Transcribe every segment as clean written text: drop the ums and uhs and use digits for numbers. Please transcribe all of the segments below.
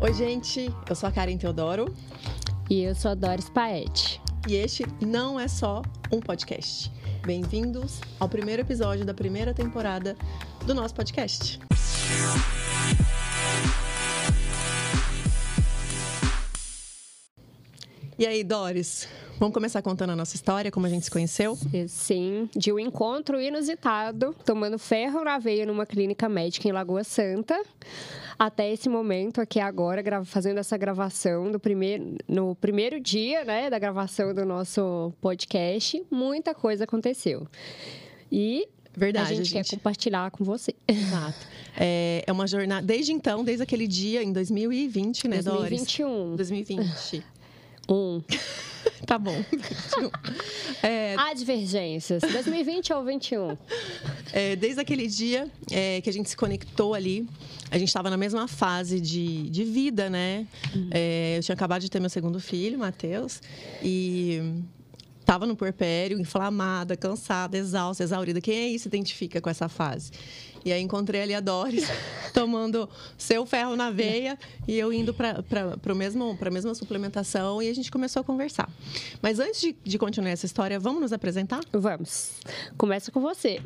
Oi, gente, eu sou a Karen Teodoro. E eu sou a Doris Paete. E este não é só um podcast. Bem-vindos ao primeiro episódio da primeira temporada do nosso podcast. E aí, Doris, vamos começar contando a nossa história, como a gente se conheceu? Sim, de um encontro inusitado, tomando ferro na veia numa clínica médica em Lagoa Santa. Até esse momento aqui agora, fazendo essa gravação no primeiro dia, né, da gravação do nosso podcast, muita coisa aconteceu. E Verdade, a gente quer compartilhar com você. Exato. É uma jornada, desde então, desde aquele dia, em 2020, né, 2021. Doris? 2020. Tá bom. Há divergências. 2020 ou 21? Desde aquele dia que a gente se conectou ali, a gente estava na mesma fase de vida, né? Eu tinha acabado de ter meu segundo filho, Matheus, e estava no puerpério, inflamada, cansada, exausta, exaurida. Quem aí se identifica com essa fase? E aí encontrei ali a Doris, tomando seu ferro na veia e eu indo para a mesma suplementação e a gente começou a conversar. Mas antes de continuar essa história, vamos nos apresentar? Vamos. Começa com você.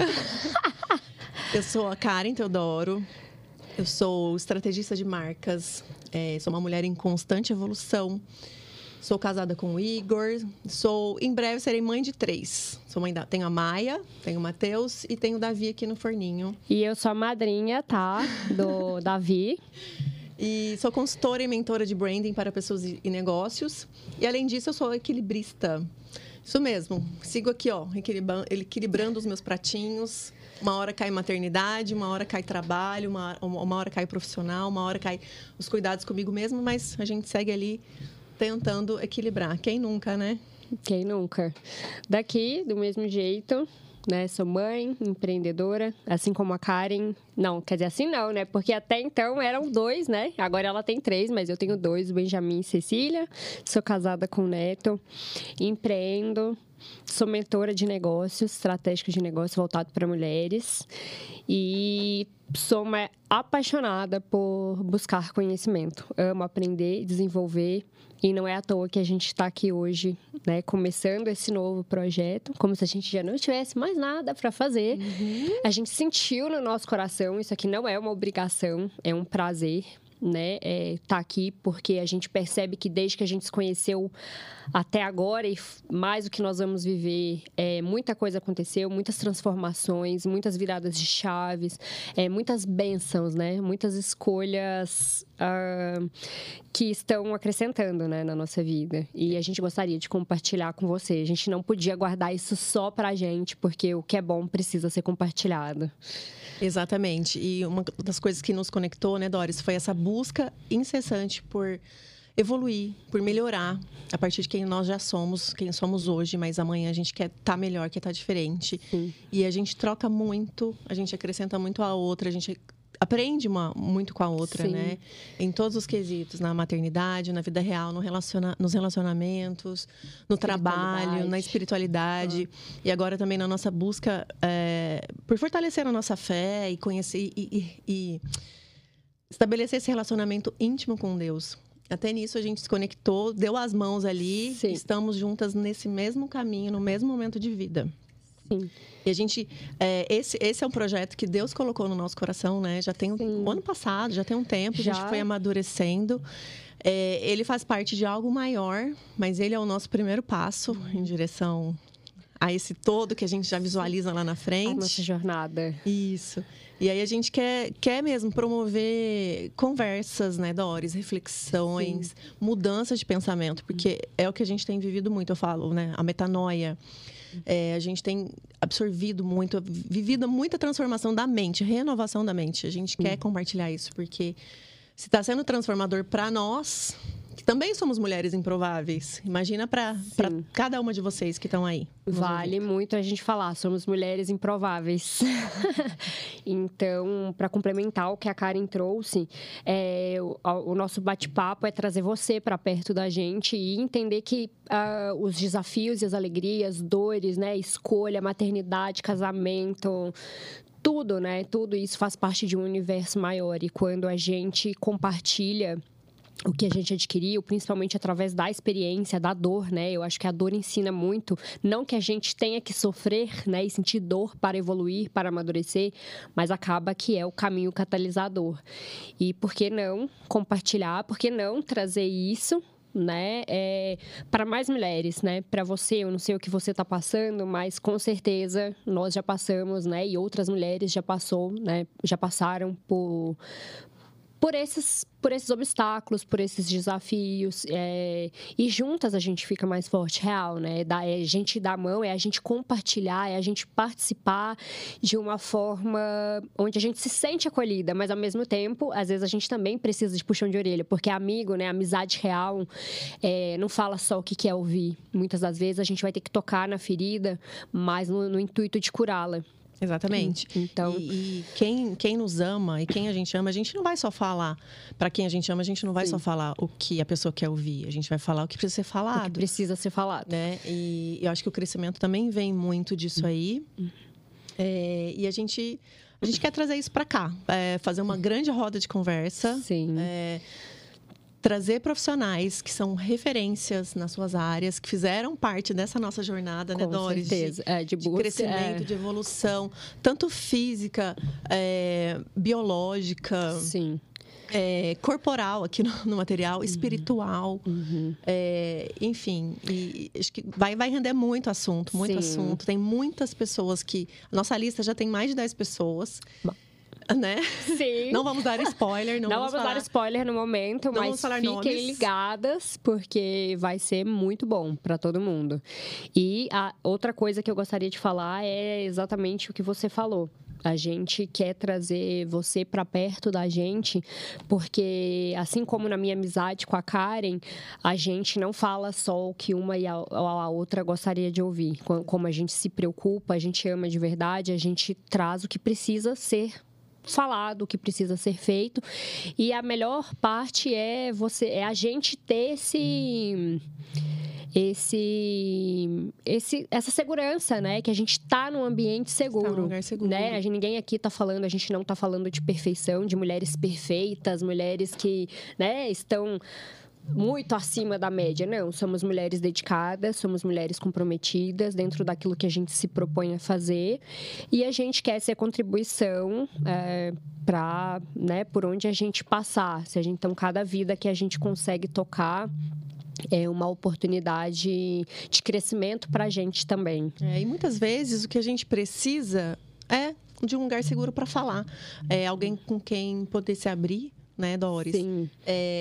Eu sou a Karen Teodoro, eu sou estrategista de marcas, sou uma mulher em constante evolução. Sou casada com o Igor, em breve serei mãe de 3. Tenho a Maia, tenho o Matheus e tenho o Davi aqui no forninho. E eu sou a madrinha, tá? Do Davi. E sou consultora e mentora de branding para pessoas e negócios. E além disso, eu sou equilibrista. Isso mesmo, sigo aqui, ó, equilibrando os meus pratinhos. Uma hora cai maternidade, uma hora cai trabalho, uma hora cai profissional, uma hora cai os cuidados comigo mesmo, mas a gente segue ali tentando equilibrar. Quem nunca, né? Quem nunca? Daqui, do mesmo jeito, né? Sou mãe, empreendedora, assim como a Karen. Não, quer dizer, assim não, né? Porque até então eram 2, né? Agora ela tem 3, mas eu tenho 2, o Benjamin e Cecília. Sou casada com o Neto. Empreendo. Sou mentora de negócios, estratégico de negócio voltado para mulheres. E sou uma apaixonada por buscar conhecimento. Amo aprender, desenvolver. E não é à toa que a gente está aqui hoje, né, começando esse novo projeto, como se a gente já não tivesse mais nada para fazer. A gente sentiu no nosso coração, isso aqui não é uma obrigação, é um prazer, né, tá aqui porque a gente percebe que desde que a gente se conheceu até agora e mais o que nós vamos viver, muita coisa aconteceu, muitas transformações, muitas viradas de chaves, muitas bênçãos, né, muitas escolhas que estão acrescentando, né, na nossa vida. E a gente gostaria de compartilhar com você. A gente não podia guardar isso só pra gente, porque o que é bom precisa ser compartilhado. Exatamente. E uma das coisas que nos conectou, né, Doris, foi essa busca incessante por evoluir, por melhorar a partir de quem nós já somos, quem somos hoje, mas amanhã a gente quer estar melhor, quer estar diferente. Sim. E a gente troca muito, a gente acrescenta muito a outra, a gente aprende muito com a outra, sim, né? Em todos os quesitos, na maternidade, na vida real, nos relacionamentos, no trabalho, na espiritualidade. E agora também na nossa busca por fortalecer a nossa fé e conhecer e estabelecer esse relacionamento íntimo com Deus. Até nisso a gente se conectou, deu as mãos ali, sim, estamos juntas nesse mesmo caminho, no mesmo momento de vida. Sim. E a gente, esse é um projeto que Deus colocou no nosso coração, né? Já tem o ano passado, já tem um tempo, já. A gente foi amadurecendo. Ele faz parte de algo maior, mas ele é o nosso primeiro passo em direção a esse todo que a gente já visualiza lá na frente. A nossa jornada. Isso. E aí a gente quer mesmo promover conversas, né, Doris? Reflexões, sim, mudanças de pensamento, porque é o que a gente tem vivido muito, eu falo, né? A metanoia. A gente tem absorvido muito, vivido muita transformação da mente, renovação da mente. A gente quer compartilhar isso, porque se está sendo transformador para nós, que também somos mulheres improváveis, imagina para cada uma de vocês que estão aí. Vale muito a gente falar, somos mulheres improváveis. Então, para complementar o que a Karen trouxe, o nosso bate-papo é trazer você para perto da gente e entender que os desafios e as alegrias, dores, né, escolha, maternidade, casamento, tudo, né? Tudo isso faz parte de um universo maior. E quando a gente compartilha o que a gente adquiriu, principalmente através da experiência, da dor, né? Eu acho que a dor ensina muito. Não que a gente tenha que sofrer, né? E sentir dor para evoluir, para amadurecer, mas acaba que é o caminho catalisador. E por que não compartilhar? Por que não trazer isso, né, para mais mulheres, né? Para você, eu não sei o que você está passando, mas com certeza nós já passamos, né? E outras mulheres já passaram por esses obstáculos, por esses desafios, e juntas a gente fica mais forte, real, né? É a gente dar a mão, é a gente compartilhar, é a gente participar de uma forma onde a gente se sente acolhida, mas ao mesmo tempo, às vezes a gente também precisa de puxão de orelha, porque amigo, né? Amizade real, não fala só o que quer ouvir. Muitas das vezes a gente vai ter que tocar na ferida, mas no intuito de curá-la. Exatamente. Então, e quem nos ama e quem a gente ama, a gente não vai só falar. Para quem a gente ama, a gente não vai só falar o que a pessoa quer ouvir. A gente vai falar o que precisa ser falado. O que precisa ser falado. Né? E eu acho que o crescimento também vem muito disso aí. E a gente quer trazer isso para cá. Fazer uma grande roda de conversa. Sim. Trazer profissionais que são referências nas suas áreas, que fizeram parte dessa nossa jornada, né, Doris? Com certeza. De crescimento, de evolução, tanto física, biológica, sim. Corporal aqui no material, espiritual, enfim. E acho que vai render muito assunto, muito Sim. assunto. Tem muitas pessoas que... Nossa lista já tem mais de 10 pessoas. Né? Sim. Não vamos dar spoiler. Não vamos dar spoiler no momento, não mas fiquem nomes. Ligadas, porque vai ser muito bom para todo mundo. E a outra coisa que eu gostaria de falar é exatamente o que você falou. A gente quer trazer você para perto da gente, porque assim como na minha amizade com a Karen, a gente não fala só o que uma e a outra gostaria de ouvir. Como a gente se preocupa, a gente ama de verdade, a gente traz o que precisa ser falado, o que precisa ser feito. E a melhor parte é a gente ter essa segurança, né? Que a gente está num ambiente seguro. Está num lugar seguro. Né? Ninguém aqui está falando, a gente não está falando de perfeição, de mulheres perfeitas, mulheres que, né, estão muito acima da média. Não, somos mulheres dedicadas, somos mulheres comprometidas dentro daquilo que a gente se propõe a fazer, e a gente quer ser contribuição para, né, por onde a gente passar. Então, cada vida que a gente consegue tocar é uma oportunidade de crescimento para a gente também. E muitas vezes o que a gente precisa é de um lugar seguro para falar. Alguém com quem poder se abrir, né, Doris? Sim.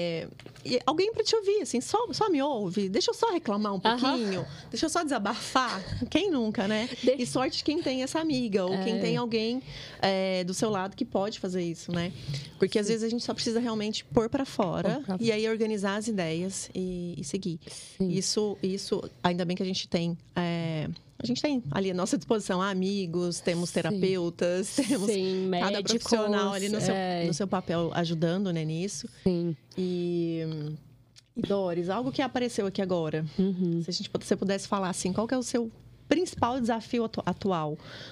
E alguém para te ouvir, assim, só me ouve, deixa eu só reclamar um pouquinho, deixa eu só desabafar. Quem nunca, né? E sorte de quem tem essa amiga, ou quem tem alguém do seu lado que pode fazer isso, né? Porque às vezes a gente só precisa realmente pôr para fora e aí organizar as ideias e seguir. Isso, ainda bem que a gente tem... A gente tem ali à nossa disposição amigos, temos terapeutas, temos cada profissional ali no seu papel ajudando, né, nisso. Sim. E Doris, algo que apareceu aqui agora, se você pudesse falar assim, qual que é o seu principal desafio atual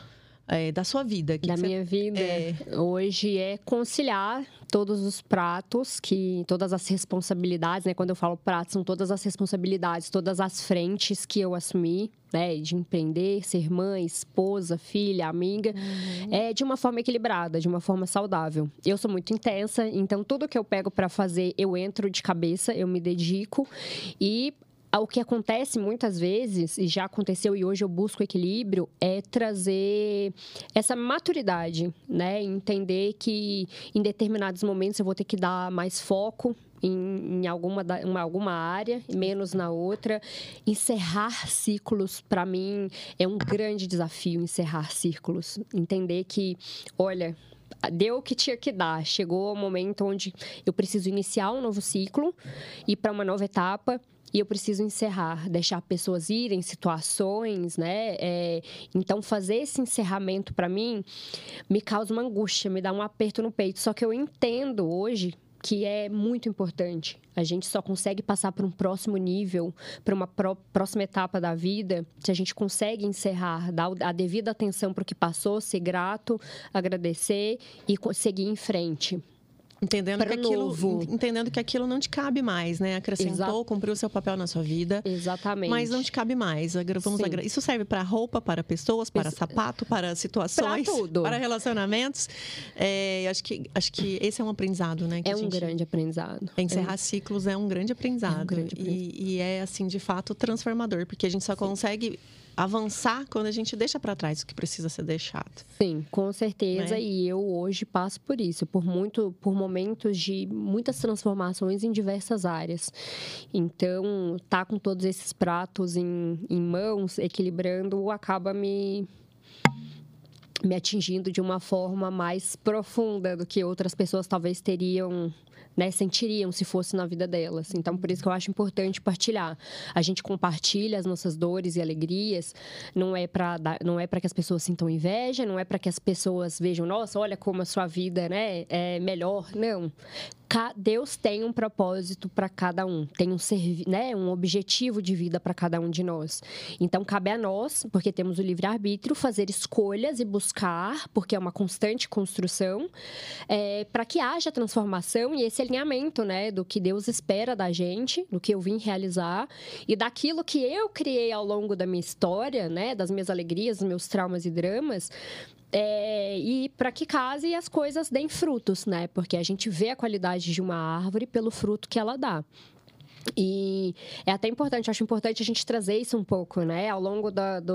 da sua vida? Minha vida hoje é conciliar todos os pratos, todas as responsabilidades, né? Quando eu falo pratos, são todas as responsabilidades, todas as frentes que eu assumi, né? De empreender, ser mãe, esposa, filha, amiga, de uma forma equilibrada, de uma forma saudável. Eu sou muito intensa, então tudo que eu pego para fazer, eu entro de cabeça, eu me dedico, e o que acontece muitas vezes, e já aconteceu e hoje eu busco equilíbrio, é trazer essa maturidade, né? Entender que em determinados momentos eu vou ter que dar mais foco em alguma área, menos na outra. Encerrar ciclos, para mim, é um grande desafio, encerrar ciclos. Entender que, olha, deu o que tinha que dar. Chegou o momento onde eu preciso iniciar um novo ciclo, ir para uma nova etapa. E eu preciso encerrar, deixar pessoas irem, situações, né? Então, fazer esse encerramento, para mim, me causa uma angústia, me dá um aperto no peito. Só que eu entendo hoje que é muito importante. A gente só consegue passar para um próximo nível, para uma próxima etapa da vida, se a gente consegue encerrar, dar a devida atenção para o que passou, ser grato, agradecer e seguir em frente. Entendendo que aquilo não te cabe mais, né? Acrescentou, cumpriu o seu papel na sua vida. Exatamente. Mas não te cabe mais. Isso serve para roupa, para pessoas, para sapato, para situações, para relacionamentos. Acho que esse é um aprendizado, né? Um grande aprendizado. Encerrar ciclos é um grande aprendizado. E é, assim, de fato, transformador. Porque a gente só consegue avançar quando a gente deixa para trás o que precisa ser deixado. Sim, com certeza. Né? E eu hoje passo por isso, por momentos de muitas transformações em diversas áreas. Então, tá com todos esses pratos em mãos, equilibrando, acaba me atingindo de uma forma mais profunda do que outras pessoas talvez teriam, né, sentiriam se fosse na vida delas. Então, por isso que eu acho importante partilhar. A gente compartilha as nossas dores e alegrias, não é para que as pessoas sintam inveja, não é para que as pessoas vejam, nossa, olha como a sua vida, né, é melhor. Não. Deus tem um propósito para cada um, tem um objetivo de vida para cada um de nós. Então, cabe a nós, porque temos o livre-arbítrio, fazer escolhas e buscar, porque é uma constante construção, para que haja transformação e esse alinhamento, né, do que Deus espera da gente, do que eu vim realizar e daquilo que eu criei ao longo da minha história, né, das minhas alegrias, dos meus traumas e dramas. E para que case e as coisas deem frutos, né? Porque a gente vê a qualidade de uma árvore pelo fruto que ela dá. E é até importante, acho importante a gente trazer isso um pouco, né? Ao longo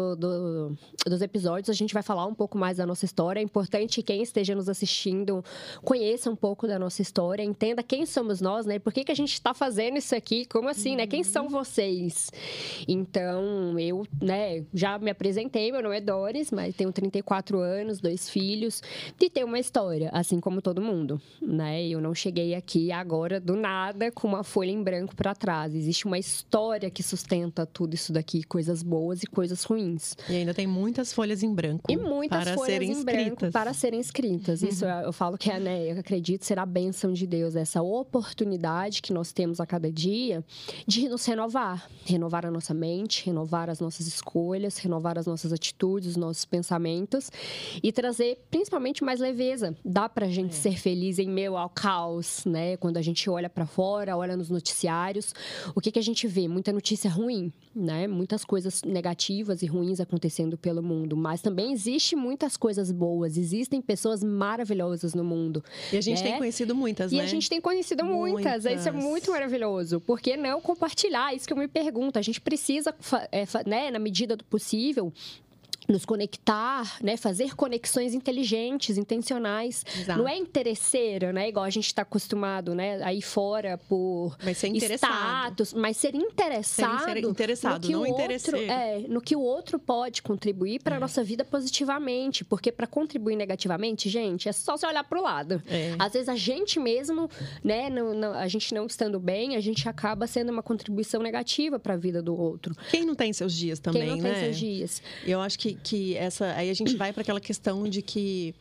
dos episódios, a gente vai falar um pouco mais da nossa história. É importante que quem esteja nos assistindo conheça um pouco da nossa história, entenda quem somos nós, né? Por que a gente está fazendo isso aqui? Como assim, né? Quem são vocês? Então, eu, né, já me apresentei, meu nome é Doris, mas tenho 34 anos, 2 filhos, e tenho uma história, assim como todo mundo, né? Eu não cheguei aqui agora, do nada, com uma folha em branco para trás. Existe uma história que sustenta tudo isso daqui, coisas boas e coisas ruins. E ainda tem muitas folhas em branco. E muitas folhas em branco para serem escritas. Isso eu falo que eu acredito ser a bênção de Deus, essa oportunidade que nós temos a cada dia de nos renovar. Renovar a nossa mente, renovar as nossas escolhas, renovar as nossas atitudes, os nossos pensamentos e trazer principalmente mais leveza. Dá pra gente ser feliz em meio ao caos, né? Quando a gente olha para fora, olha nos noticiários, o que a gente vê? Muita notícia ruim, né? Muitas coisas negativas e ruins acontecendo pelo mundo, mas também existe muitas coisas boas, existem pessoas maravilhosas no mundo. E a gente tem conhecido muitas, né? E a gente tem conhecido muitas. Isso é muito maravilhoso. Por que não compartilhar? Isso que eu me pergunto. A gente precisa, né, na medida do possível, nos conectar, né? Fazer conexões inteligentes, intencionais. Exato. Não é interesseiro, né? Igual a gente está acostumado, né? Aí fora por status, mas ser interessado no que não interesseiro. No que o outro pode contribuir para a nossa vida positivamente. Porque para contribuir negativamente, gente, é só você olhar para o lado. Às vezes a gente mesmo, né? A gente não estando bem, a gente acaba sendo uma contribuição negativa para a vida do outro. Quem não tem seus dias também, né? Quem não tem seus dias. Eu acho que aí a gente vai para aquela questão de que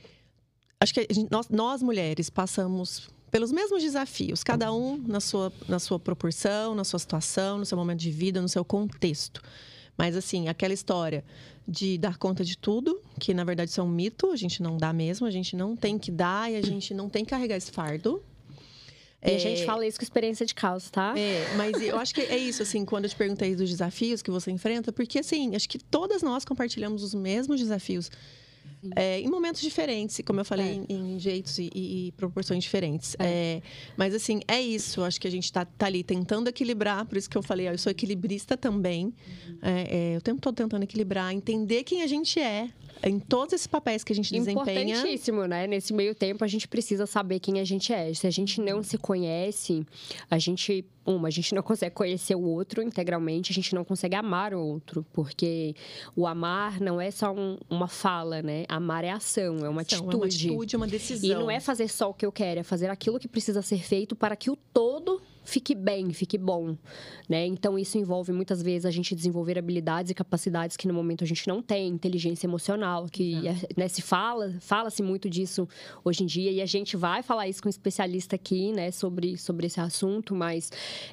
acho que nós mulheres passamos pelos mesmos desafios, cada um na sua proporção, na sua situação, no seu momento de vida, no seu contexto. Mas assim, aquela história de dar conta de tudo, que na verdade isso é um mito, a gente não dá mesmo, a gente não tem que dar e a gente não tem que carregar esse fardo. E a gente fala isso com experiência de causa, tá? Mas eu acho que é isso, assim, quando eu te perguntei dos desafios que você enfrenta, porque, assim, acho que todas nós compartilhamos os mesmos desafios em momentos diferentes, como eu falei, em jeitos e proporções diferentes. Mas, assim, é isso. Acho que a gente tá ali tentando equilibrar, por isso que eu falei, eu sou equilibrista também. O tempo todo tentando equilibrar, entender quem a gente é, em todos esses papéis que a gente desempenha. Importantíssimo, né? Nesse meio tempo, a gente precisa saber quem a gente é. Se a gente não se conhece, a gente não consegue conhecer o outro integralmente, a gente não consegue amar o outro, porque o amar não é só uma fala, né? Amar é ação, é uma atitude. É uma atitude, uma decisão. E não é fazer só o que eu quero, é fazer aquilo que precisa ser feito para que o todo fique bem, fique bom, né? Então, isso envolve, muitas vezes, a gente desenvolver habilidades e capacidades que, no momento, a gente não tem. Inteligência emocional, que né, fala-se muito disso hoje em dia. E a gente vai falar isso com um especialista aqui, né? Sobre esse assunto, mas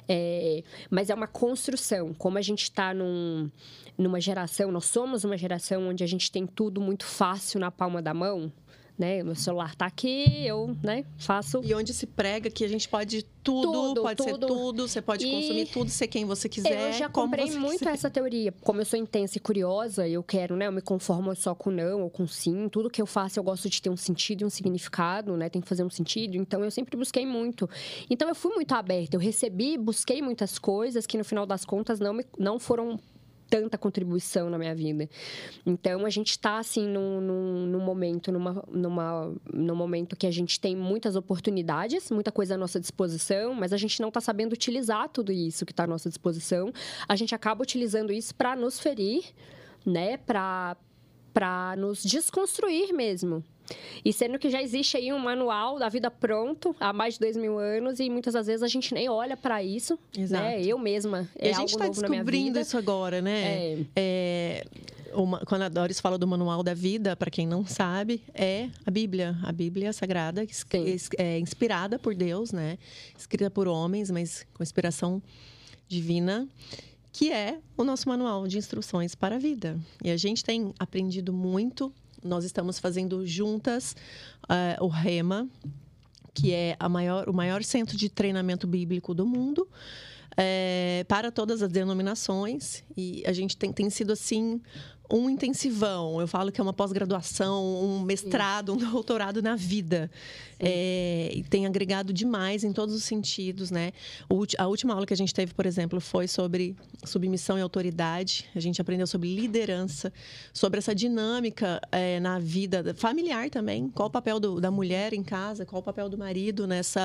é uma construção. Como a gente está numa geração, nós somos uma geração onde a gente tem tudo muito fácil na palma da mão, né? Meu celular tá aqui, eu, né, faço... E onde se prega que a gente pode tudo, pode ser tudo, você pode consumir tudo, ser quem você quiser. Eu já comprei muito essa teoria. Como eu sou intensa e curiosa, eu quero, né? Eu me conformo só com não ou com sim. Tudo que eu faço, eu gosto de ter um sentido e um significado, né? Tem que fazer um sentido. Então, eu sempre busquei muito. Então, eu fui muito aberta. Eu busquei muitas coisas que, no final das contas, não foram tanta contribuição na minha vida. Então, a gente está, assim, num momento que a gente tem muitas oportunidades, muita coisa à nossa disposição, mas a gente não está sabendo utilizar tudo isso que está à nossa disposição. A gente acaba utilizando isso para nos ferir, né? Para nos desconstruir mesmo. E sendo que já existe aí um manual da vida pronto há mais de 2.000 anos e muitas das vezes a gente nem olha para isso. Exato. Né? Eu mesma, a gente está descobrindo isso agora, né? Quando a Doris fala do manual da vida, para quem não sabe, é a Bíblia Sagrada, é inspirada por Deus, né? Escrita por homens, mas com inspiração divina, que é o nosso manual de instruções para a vida. E a gente tem aprendido muito. Nós estamos fazendo juntas o Rema, que é o maior centro de treinamento bíblico do mundo, para todas as denominações. E a gente tem sido, assim, um intensivão. Eu falo que é uma pós-graduação, um mestrado, um doutorado na vida. E tem agregado demais em todos os sentidos, né? A última aula que a gente teve, por exemplo, foi sobre submissão e autoridade. A gente aprendeu sobre liderança, sobre essa dinâmica na vida familiar também. Qual o papel da mulher em casa, qual o papel do marido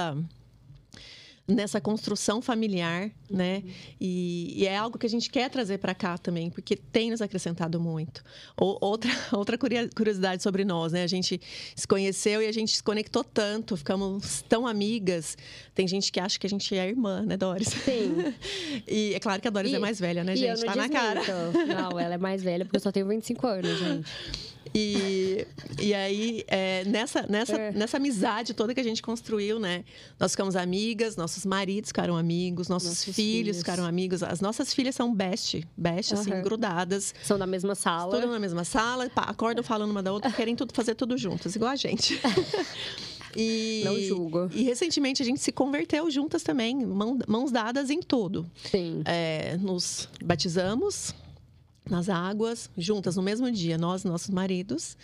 nessa construção familiar, né? E é algo que a gente quer trazer para cá também, porque tem nos acrescentado muito. Outra curiosidade sobre nós, né? A gente se conheceu e a gente se conectou tanto, ficamos tão amigas. Tem gente que acha que a gente é irmã, né, Doris? Sim. E é claro que a Doris é mais velha, né, gente? Tá na cara. Não, ela é mais velha porque eu só tenho 25 anos, gente. E aí, nessa amizade toda que a gente construiu, né? Nós ficamos amigas, nossos maridos ficaram amigos, nossos filhos ficaram amigos. As nossas filhas são best assim, grudadas. São da mesma sala. Estudam na mesma sala, acordam falando uma da outra, querem fazer tudo juntas, igual a gente. Não julgo. E recentemente a gente se converteu juntas também, mãos dadas em tudo. Sim. Nos batizamos nas águas, juntas no mesmo dia, nós e nossos maridos.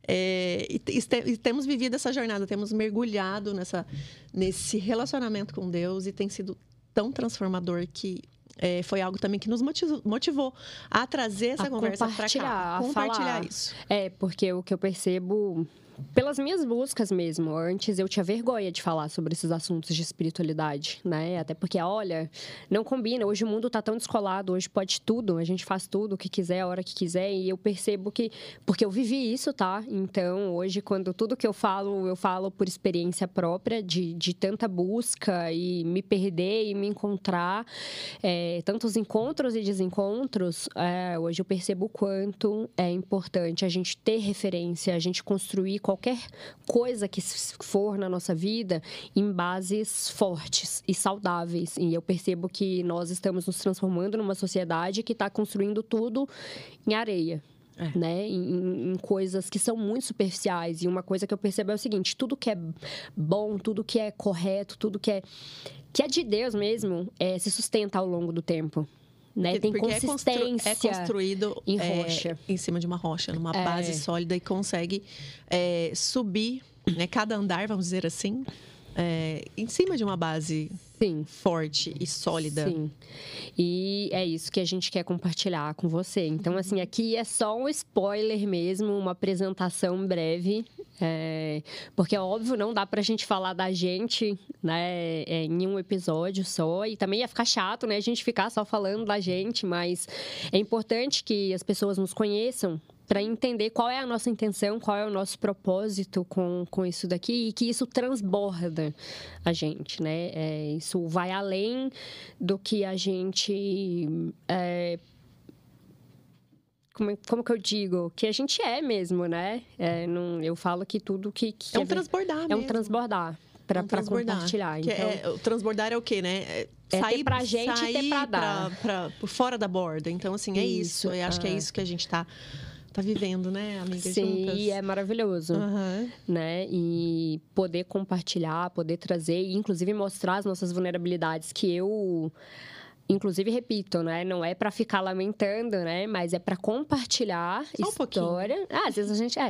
E temos vivido essa jornada, temos mergulhado nesse relacionamento com Deus e tem sido tão transformador que foi algo também que nos motivou a trazer essa conversa para cá. Compartilhar isso. Porque o que eu percebo... Pelas minhas buscas mesmo. Antes eu tinha vergonha de falar sobre esses assuntos de espiritualidade, né? Até porque, olha, não combina. Hoje o mundo tá tão descolado, hoje pode tudo, a gente faz tudo o que quiser, a hora que quiser. E eu percebo que... Porque eu vivi isso, tá? Então, hoje, quando tudo que eu falo por experiência própria, de tanta busca e me perder e me encontrar, tantos encontros e desencontros, hoje eu percebo o quanto é importante a gente ter referência, a gente construir qualquer coisa que for na nossa vida em bases fortes e saudáveis. E eu percebo que nós estamos nos transformando numa sociedade que está construindo tudo em areia. Né? Em coisas que são muito superficiais. E uma coisa que eu percebo é o seguinte: tudo que é bom, tudo que é correto, tudo que é de Deus mesmo, se sustenta ao longo do tempo. Né? Tem consistência. É construído em rocha. Em cima de uma rocha, numa base sólida e consegue subir, né? Cada andar, vamos dizer assim, em cima de uma base forte e sólida. Sim. E é isso que a gente quer compartilhar com você. Então, assim, aqui é só um spoiler mesmo, uma apresentação breve. Porque, óbvio, não dá pra gente falar da gente, né, em um episódio só. E também ia ficar chato, né, a gente ficar só falando da gente. Mas é importante que as pessoas nos conheçam para entender qual é a nossa intenção, qual é o nosso propósito com isso daqui e que isso transborda a gente, né? Isso vai além do que a gente... Como que eu digo? Que a gente é mesmo, né? Eu falo que tudo que é um transbordar mesmo. É um transbordar para compartilhar. Então, o transbordar é o quê, né? Sair pra gente e ter pra dar. Por fora da borda. Então, assim, é isso. Eu acho que é isso que a gente está tá vivendo, né, amiga, Sim, juntas. e é maravilhoso, né? E poder compartilhar, poder trazer, e inclusive mostrar as nossas vulnerabilidades, que eu... Inclusive, repito, né? Não é para ficar lamentando, né? Mas é para compartilhar Só história. Às vezes a gente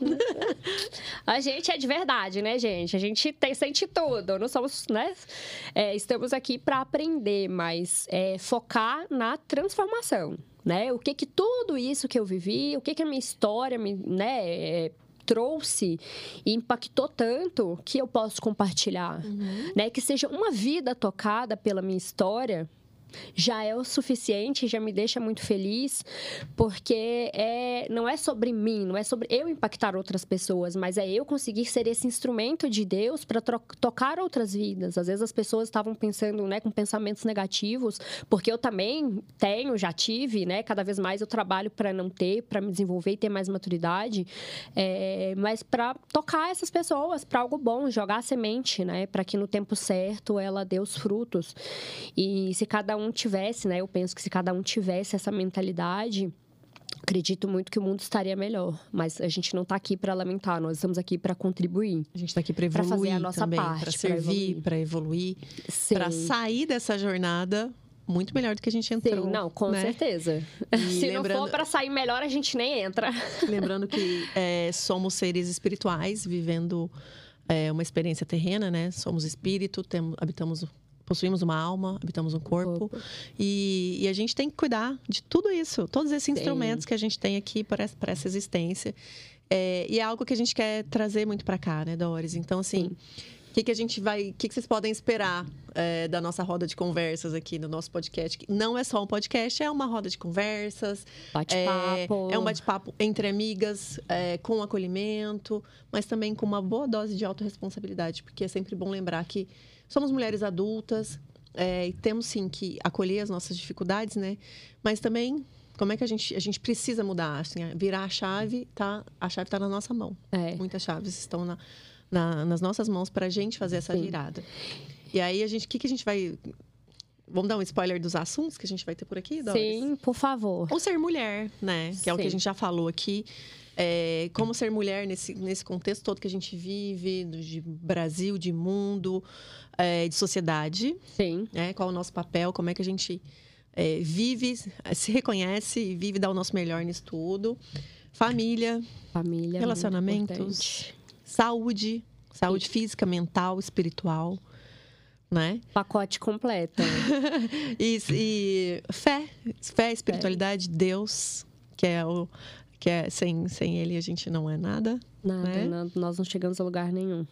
a gente é de verdade, né, gente? A gente sente tudo. Não somos, né? Estamos aqui para aprender, mas focar na transformação, né? O que tudo isso que eu vivi, o que a minha história né? Trouxe e impactou tanto que eu posso compartilhar, né? Que seja uma vida tocada pela minha história, já é o suficiente, já me deixa muito feliz, porque não é sobre mim, não é sobre eu impactar outras pessoas, mas é eu conseguir ser esse instrumento de Deus para tocar outras vidas. Às vezes as pessoas estavam pensando, né, com pensamentos negativos, porque eu também já tive, né, cada vez mais eu trabalho para não ter, para me desenvolver e ter mais maturidade, mas para tocar essas pessoas para algo bom, jogar a semente, né, para que no tempo certo ela dê os frutos. E se cada um tivesse, né? Eu penso que se cada um tivesse essa mentalidade, acredito muito que o mundo estaria melhor. Mas a gente não está aqui para lamentar, nós estamos aqui para contribuir. A gente está aqui para evoluir, fazer a nossa também, parte, para servir, para evoluir, para sair dessa jornada muito melhor do que a gente entrou. Sim, não, com certeza. Se não for para sair melhor, a gente nem entra. Lembrando que somos seres espirituais, vivendo uma experiência terrena, né? Somos espírito, possuímos uma alma, habitamos um corpo. E a gente tem que cuidar de tudo isso, todos esses instrumentos que a gente tem aqui para essa existência. E é algo que a gente quer trazer muito para cá, né, Doris? Então, assim, o que vocês podem esperar da nossa roda de conversas aqui no nosso podcast? Não é só um podcast, é uma roda de conversas. Bate-papo. É um bate-papo entre amigas, com acolhimento, mas também com uma boa dose de autorresponsabilidade, porque é sempre bom lembrar que somos mulheres adultas e temos, sim, que acolher as nossas dificuldades, né? Mas também, como é que a gente precisa mudar? Assim, virar a chave, tá? A chave está na nossa mão. Muitas chaves estão nas nossas mãos para a gente fazer essa virada. E aí, o que a gente vai... Vamos dar um spoiler dos assuntos que a gente vai ter por aqui, Doris? Sim, por favor. Ou ser mulher, né? Que é o que a gente já falou aqui. Como ser mulher nesse contexto todo que a gente vive, de Brasil, de mundo, de sociedade. Sim. Qual é o nosso papel, como é que a gente vive, se reconhece e vive, dá o nosso melhor nisso tudo. Família, relacionamentos, saúde física, mental, espiritual, né? Pacote completo. E fé, espiritualidade, Deus, que sem ele a gente não é nada. Nada, nós não chegamos a lugar nenhum.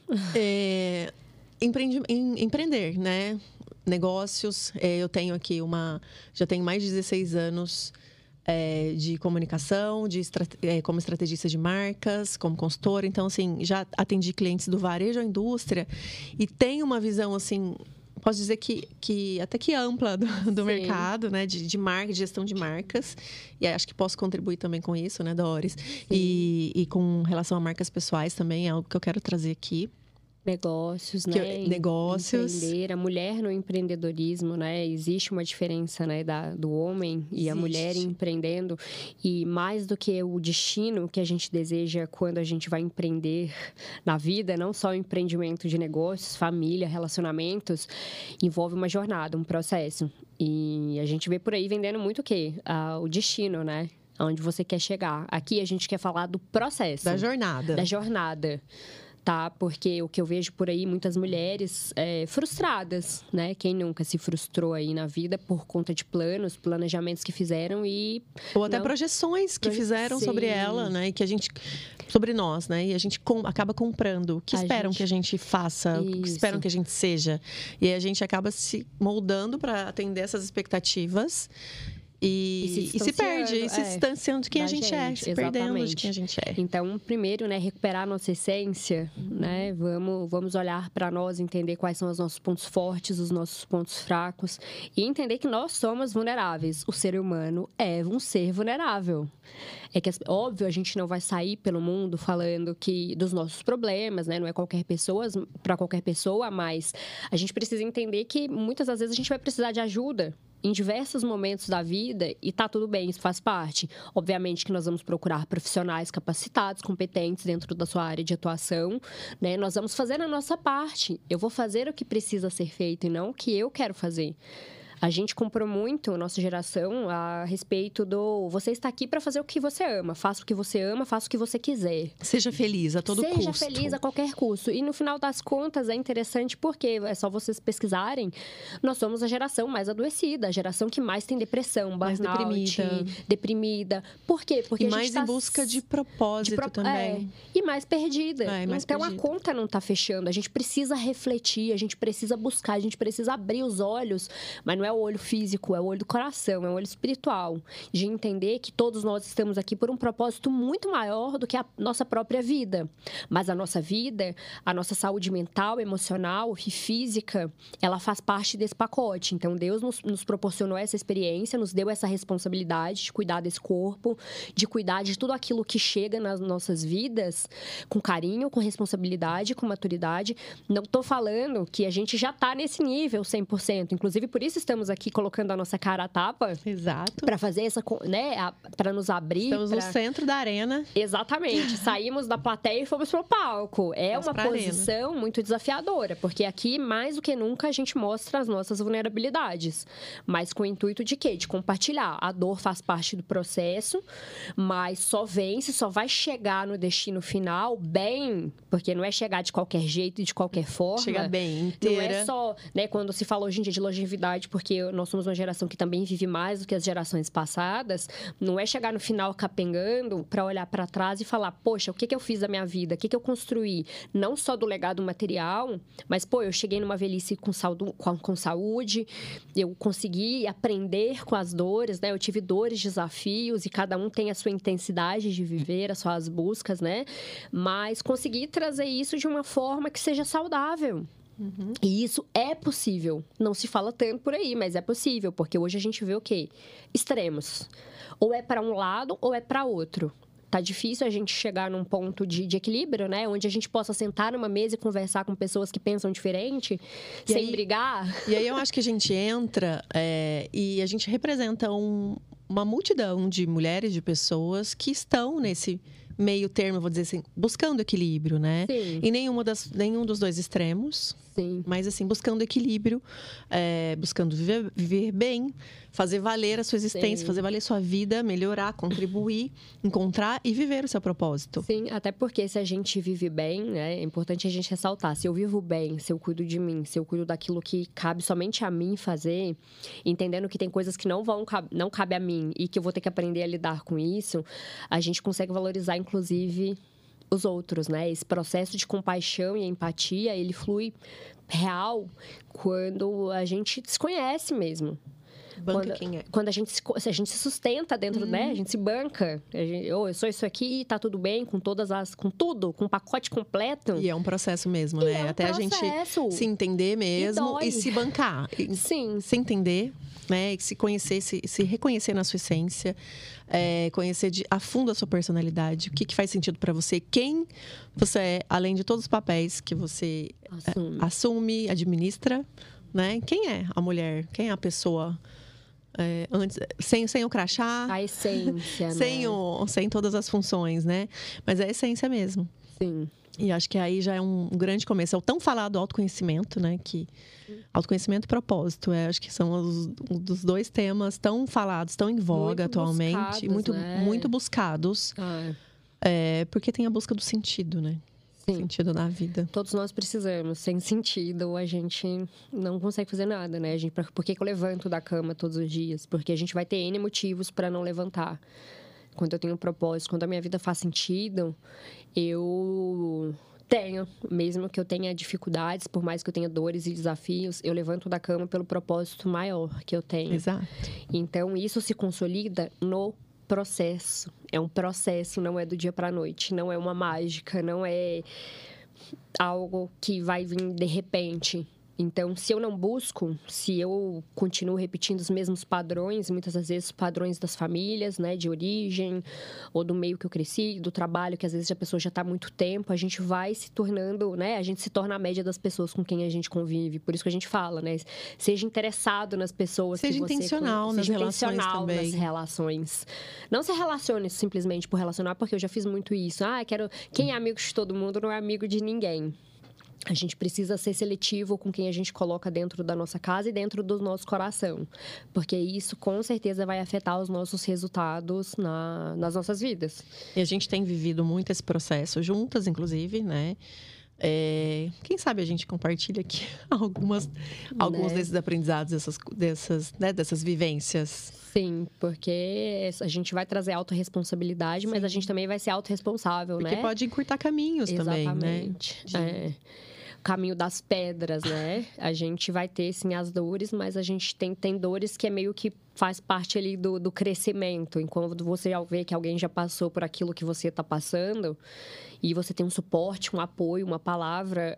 Empreender, né? Negócios. Eu tenho aqui já tenho mais de 16 anos de comunicação, como estrategista de marcas, como consultora. Então, assim, já atendi clientes do varejo à indústria e tenho uma visão, assim... Posso dizer que até que ampla do mercado, né? De marca, de gestão de marcas. E acho que posso contribuir também com isso, né, Doris? E com relação a marcas pessoais também, é algo que eu quero trazer aqui. Negócios, né? Negócios. Empreender. A mulher no empreendedorismo, né? Existe uma diferença, né? Do homem e a mulher empreendendo. E mais do que o destino que a gente deseja quando a gente vai empreender na vida, não só o empreendimento de negócios, família, relacionamentos, envolve uma jornada, um processo. E a gente vê por aí vendendo muito o quê? O destino, né? Onde você quer chegar. Aqui a gente quer falar do processo. Da jornada. Tá? Porque o que eu vejo por aí, muitas mulheres frustradas, né? Quem nunca se frustrou aí na vida por conta de planejamentos que fizeram ou até projeções que fizeram sobre ela, né? E que sobre nós, né? E a gente acaba comprando o que esperam que a gente faça, o que esperam que a gente seja. E aí a gente acaba se moldando para atender essas expectativas. E se perde, se distanciando de quem a gente é, se perdendo de quem a gente é. Então, primeiro, né, recuperar a nossa essência, né? Vamos olhar para nós, entender quais são os nossos pontos fortes, os nossos pontos fracos e entender que nós somos vulneráveis. O ser humano é um ser vulnerável. Óbvio, a gente não vai sair pelo mundo falando dos nossos problemas, né? Não é para qualquer pessoa, mas a gente precisa entender que muitas das vezes a gente vai precisar de ajuda. em diversos momentos da vida e tá tudo bem, isso faz parte. Obviamente que nós vamos procurar profissionais capacitados, competentes dentro da sua área de atuação, né? Nós vamos fazer a nossa parte. Eu vou fazer o que precisa ser feito e não o que eu quero fazer. A gente comprou muito, nossa geração, a respeito do... Você está aqui para fazer o que você ama. Faça o que você ama, faça o que você quiser. Seja feliz a todo custo. Seja feliz a qualquer custo. E no final das contas é interessante porque, é só vocês pesquisarem, nós somos a geração mais adoecida, a geração que mais tem depressão, mais burnout, deprimida. Por quê? Porque e a gente mais em busca de propósito também. E mais perdida. Mais então perdida. A conta não está fechando. A gente precisa refletir, a gente precisa buscar, a gente precisa abrir os olhos, mas não é o olho físico, é o olho do coração, é o olho espiritual. De entender que todos nós estamos aqui por um propósito muito maior do que a nossa própria vida. Mas a nossa vida, a nossa saúde mental, emocional e física, ela faz parte desse pacote. Então, Deus nos proporcionou essa experiência, nos deu essa responsabilidade de cuidar desse corpo, de cuidar de tudo aquilo que chega nas nossas vidas com carinho, com responsabilidade, com maturidade. Não estou falando que a gente já está nesse nível 100%. Inclusive, por isso estamos aqui colocando a nossa cara à tapa. Exato. Para fazer essa, né, para nos abrir. Estamos no centro da arena. Exatamente. Saímos da plateia e fomos pro palco. É uma posição muito desafiadora, porque aqui, mais do que nunca, a gente mostra as nossas vulnerabilidades. Mas com o intuito de quê? De compartilhar. A dor faz parte do processo, mas só vence, só vai chegar no destino final bem, porque não é chegar de qualquer jeito e de qualquer forma. Chegar bem, inteira. Não é só, né, quando se fala hoje em dia de longevidade, porque nós somos uma geração que também vive mais do que as gerações passadas, não é chegar no final capengando para olhar para trás e falar, poxa, o que eu fiz da minha vida? O que eu construí? Não só do legado material, mas, pô, eu cheguei numa velhice com saúde, eu consegui aprender com as dores, né? Eu tive dores, desafios, e cada um tem a sua intensidade de viver, as suas buscas, né? Mas consegui trazer isso de uma forma que seja saudável. Uhum. E isso é possível. Não se fala tanto por aí, mas é possível, porque hoje a gente vê o quê? Extremos. Ou é para um lado ou é para outro. Tá difícil a gente chegar num ponto de equilíbrio, né? Onde a gente possa sentar numa mesa e conversar com pessoas que pensam diferente, sem brigar. E aí eu acho que a gente entra e a gente representa uma multidão de mulheres, de pessoas que estão nesse meio termo, vou dizer assim, buscando equilíbrio, né? Sim. E nenhum dos dois extremos. Sim. Mas assim, buscando equilíbrio, buscando viver bem, fazer valer a sua existência, Sim. fazer valer a sua vida, melhorar, contribuir, encontrar e viver o seu propósito. Sim, até porque se a gente vive bem, né, é importante a gente ressaltar. Se eu vivo bem, se eu cuido de mim, se eu cuido daquilo que cabe somente a mim fazer, entendendo que tem coisas que não cabe a mim e que eu vou ter que aprender a lidar com isso, a gente consegue valorizar, inclusive, os outros, né? Esse processo de compaixão e empatia, ele flui real quando a gente se conhece mesmo. Quando a gente se sustenta dentro, né? A gente se banca. Eu sou isso aqui e tá tudo bem com tudo, com o pacote completo. E é um processo mesmo, né? Até a gente se entender mesmo e se bancar. Sim. Se entender, né? Se conhecer, se reconhecer na sua essência. Conhecer a fundo a sua personalidade. O que faz sentido para você. Quem você é, além de todos os papéis que você assume, administra, né? Quem é a mulher? Quem é a pessoa... antes, sem o crachá, a essência, sem todas as funções, né? Mas é a essência mesmo. Sim. E acho que aí já é um grande começo. É o tão falado autoconhecimento, né? Que autoconhecimento e propósito, acho que são um dos dois temas tão falados, tão em voga atualmente, muito buscados. Porque tem a busca do sentido, né? Sim. Sentido na vida. Todos nós precisamos. Sem sentido, a gente não consegue fazer nada, né? Por que eu levanto da cama todos os dias? Porque a gente vai ter N motivos para não levantar. Quando eu tenho um propósito, quando a minha vida faz sentido, eu tenho. Mesmo que eu tenha dificuldades, por mais que eu tenha dores e desafios, eu levanto da cama pelo propósito maior que eu tenho. Exato. Então, isso se consolida no processo. É um processo, não é do dia para a noite, não é uma mágica, não é algo que vai vir de repente. Então, se eu não busco, se eu continuo repetindo os mesmos padrões, muitas das vezes padrões das famílias, né, de origem, ou do meio que eu cresci, do trabalho, que às vezes a pessoa já está há muito tempo, a gente vai se tornando, né, a gente se torna a média das pessoas com quem a gente convive. Por isso que a gente fala, né, seja interessado nas pessoas. Seja intencional nas relações também. Nas relações. Não se relacione simplesmente por relacionar, porque eu já fiz muito isso. Quem é amigo de todo mundo não é amigo de ninguém. A gente precisa ser seletivo com quem a gente coloca dentro da nossa casa e dentro do nosso coração. Porque isso, com certeza, vai afetar os nossos resultados nas nossas vidas. E a gente tem vivido muito esse processo, juntas, inclusive, né? Quem sabe a gente compartilha aqui alguns desses aprendizados, dessas vivências. Sim, porque a gente vai trazer autorresponsabilidade, mas a gente também vai ser autorresponsável, né? Porque pode encurtar caminhos também, né? Exatamente. Caminho das pedras, né? A gente vai ter, sim, as dores, mas a gente tem dores que é meio que faz parte ali do crescimento. Enquanto você já vê que alguém já passou por aquilo que você está passando e você tem um suporte, um apoio, uma palavra,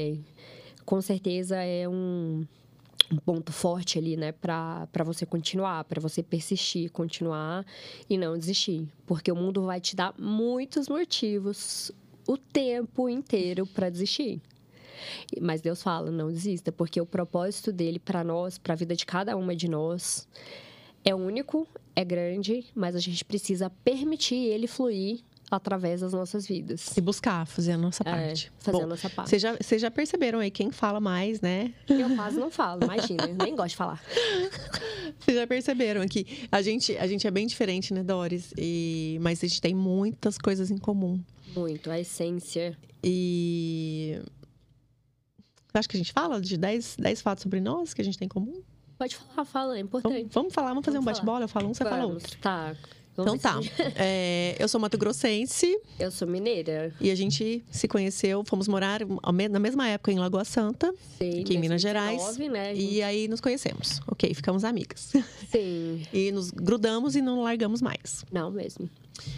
com certeza é um ponto forte ali, né? Para você continuar, para você persistir, continuar e não desistir. Porque o mundo vai te dar muitos motivos o tempo inteiro para desistir. Mas Deus fala, não desista, porque o propósito dele para nós, para a vida de cada uma de nós, é único, é grande, mas a gente precisa permitir ele fluir através das nossas vidas. E buscar fazer a nossa parte. Fazer a nossa parte. Vocês já perceberam aí quem fala mais, né? Eu quase não falo, imagina, nem gosto de falar. Vocês já perceberam que a gente é bem diferente, né, Doris? Mas a gente tem muitas coisas em comum. Muito, a essência. E... Acho que a gente fala de 10 fatos sobre nós que a gente tem em comum? Pode falar, fala, é importante. Vamos fazer um bate-bola? Eu falo um, você fala outro. Tá. Então tá. Eu sou mato-grossense. Eu sou mineira. E a gente se conheceu, fomos morar na mesma época em Lagoa Santa, sim, aqui em Minas Gerais. Né, e aí nos conhecemos. Ok, ficamos amigas. Sim. E nos grudamos e não largamos mais. Não mesmo.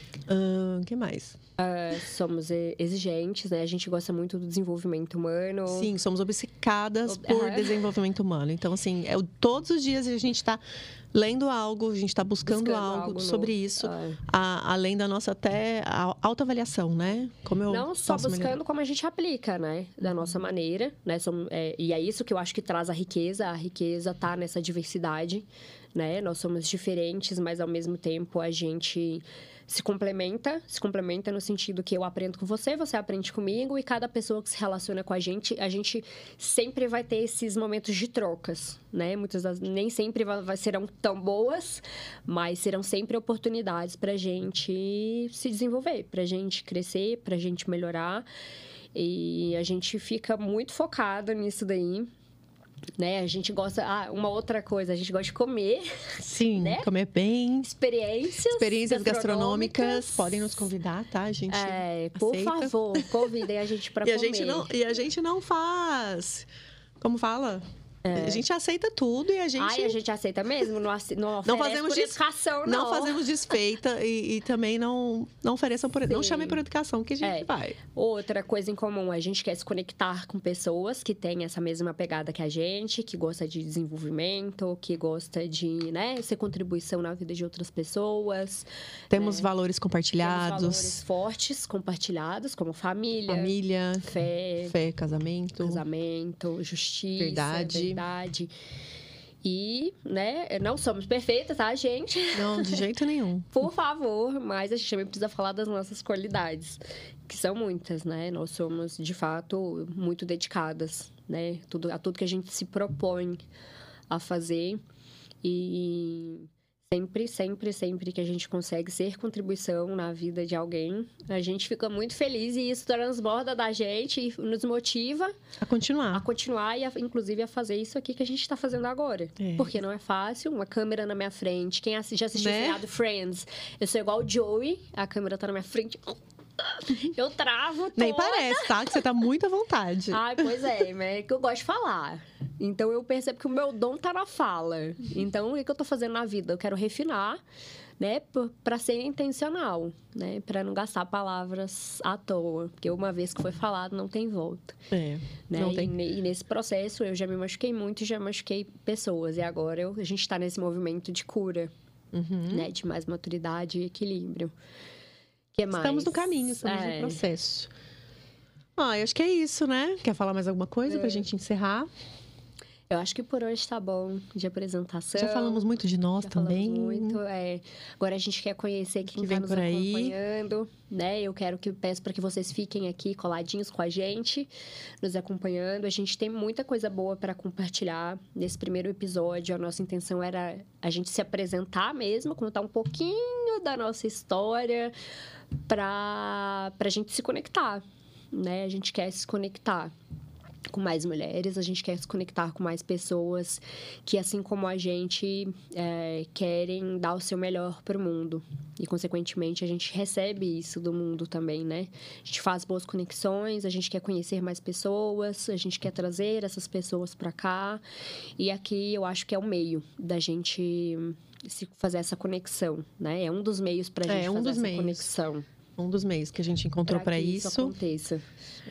O que mais? Somos exigentes, né? A gente gosta muito do desenvolvimento humano. Sim, somos obcecadas por desenvolvimento humano. Então, assim, todos os dias a gente está lendo algo, a gente está buscando algo sobre isso, além da nossa até autoavaliação, né? Não só buscando, como a gente aplica, né? Da nossa maneira, né? E é isso que eu acho que traz a riqueza está nessa diversidade, né? Nós somos diferentes, mas ao mesmo tempo a gente se complementa no sentido que eu aprendo com você, você aprende comigo, e cada pessoa que se relaciona com a gente sempre vai ter esses momentos de trocas, né? Nem sempre serão tão boas, mas serão sempre oportunidades pra gente se desenvolver, pra gente crescer, pra gente melhorar, e a gente fica muito focado nisso daí. Né? A gente gosta... uma outra coisa, a gente gosta de comer. Sim, né? Comer bem. Experiências gastronômicas. Podem nos convidar, tá? A gente por favor, convidem a gente para comer. E a gente não faz... Como fala? A gente aceita tudo e a gente... a gente aceita mesmo, não fazemos por educação, não. Não fazemos desfeita e também não ofereçam por... Não chamem por educação que a gente vai. Outra coisa em comum, a gente quer se conectar com pessoas que têm essa mesma pegada que a gente, que gosta de desenvolvimento, que gosta de, né, ser contribuição na vida de outras pessoas. Temos valores compartilhados. Temos valores fortes compartilhados, como família, fé, casamento, justiça, verdade. E, né, não somos perfeitas, tá, gente? Não, de jeito nenhum. Por favor, mas a gente também precisa falar das nossas qualidades, que são muitas, né? Nós somos, de fato, muito dedicadas, né? A tudo que a gente se propõe a fazer. E sempre que a gente consegue ser contribuição na vida de alguém, a gente fica muito feliz, e isso transborda da gente e nos motiva a continuar e inclusive a fazer isso aqui que a gente está fazendo agora. Porque não é fácil, uma câmera na minha frente. Quem já assistiu o seriado Friends, eu sou igual o Joey, a câmera tá na minha frente, eu travo toda. Nem parece, tá? Que você tá muito à vontade. Pois é, mas é que eu gosto de falar. Então, eu percebo que o meu dom tá na fala. Então, o que eu tô fazendo na vida? Eu quero refinar, né? Para ser intencional, né? Para não gastar palavras à toa, porque uma vez que foi falado, não tem volta. É, né? não tem. E nesse processo, eu já me machuquei muito e já machuquei pessoas. E agora a gente está nesse movimento de cura, né? De mais maturidade e equilíbrio. Que mais? Estamos no caminho, estamos no processo. Eu acho que é isso, né? Quer falar mais alguma coisa pra gente encerrar? Eu acho que por hoje tá bom de apresentação. Já falamos muito de nós também. Muito, Agora a gente quer conhecer quem está nos acompanhando, né? Eu peço para que vocês fiquem aqui coladinhos com a gente, nos acompanhando. A gente tem muita coisa boa para compartilhar. Nesse primeiro episódio, a nossa intenção era a gente se apresentar mesmo, contar um pouquinho da nossa história para a gente se conectar, né? A gente quer se conectar com mais mulheres, a gente quer se conectar com mais pessoas que, assim como a gente, querem dar o seu melhor para o mundo. E, consequentemente, a gente recebe isso do mundo também, né? A gente faz boas conexões, a gente quer conhecer mais pessoas, a gente quer trazer essas pessoas para cá. E aqui eu acho que é o meio da gente fazer essa conexão, né? É um dos meios para a gente fazer essa conexão. Um dos meios que a gente encontrou para isso. Isso aconteça.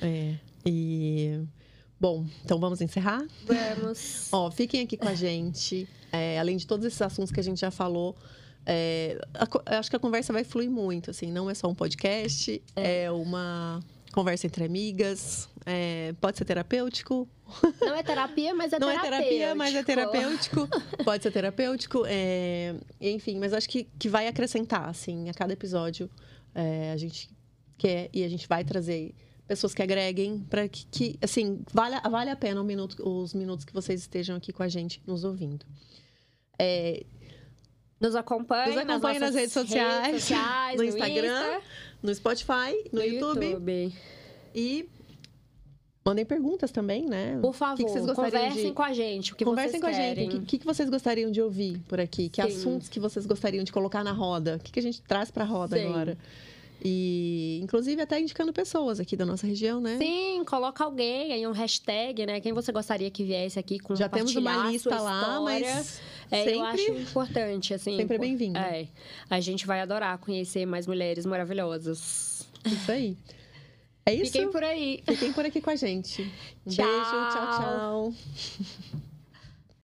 Bom, então vamos encerrar? Vamos. Fiquem aqui com a gente. Além de todos esses assuntos que a gente já falou, acho que a conversa vai fluir muito, assim. Não é só um podcast, é uma conversa entre amigas. Pode ser terapêutico. Não é terapia, mas é terapêutico. Não é terapia, mas é terapêutico. Pode ser terapêutico. Enfim, mas acho que vai acrescentar, assim, a cada episódio. A gente quer e a gente vai trazer pessoas que agreguem para que assim, vale a pena os minutos que vocês estejam aqui com a gente, nos ouvindo. Nos acompanhe nas redes sociais no Instagram, no Spotify, no YouTube. E mandem perguntas também, né? Por favor, conversem com a gente. Conversem com a gente. O que vocês gostariam de ouvir por aqui? Que assuntos que vocês gostariam de colocar na roda? O que a gente traz para a roda agora? E, inclusive, até indicando pessoas aqui da nossa região, né? Sim, coloca alguém aí, um hashtag, né? Quem você gostaria que viesse aqui compartilhar. Já temos uma lista lá, mas sempre... eu acho importante, assim. Sempre é bem-vindo. A gente vai adorar conhecer mais mulheres maravilhosas. Isso aí. É isso? Fiquem por aí. Fiquem por aqui com a gente. Um beijo, tchau, tchau.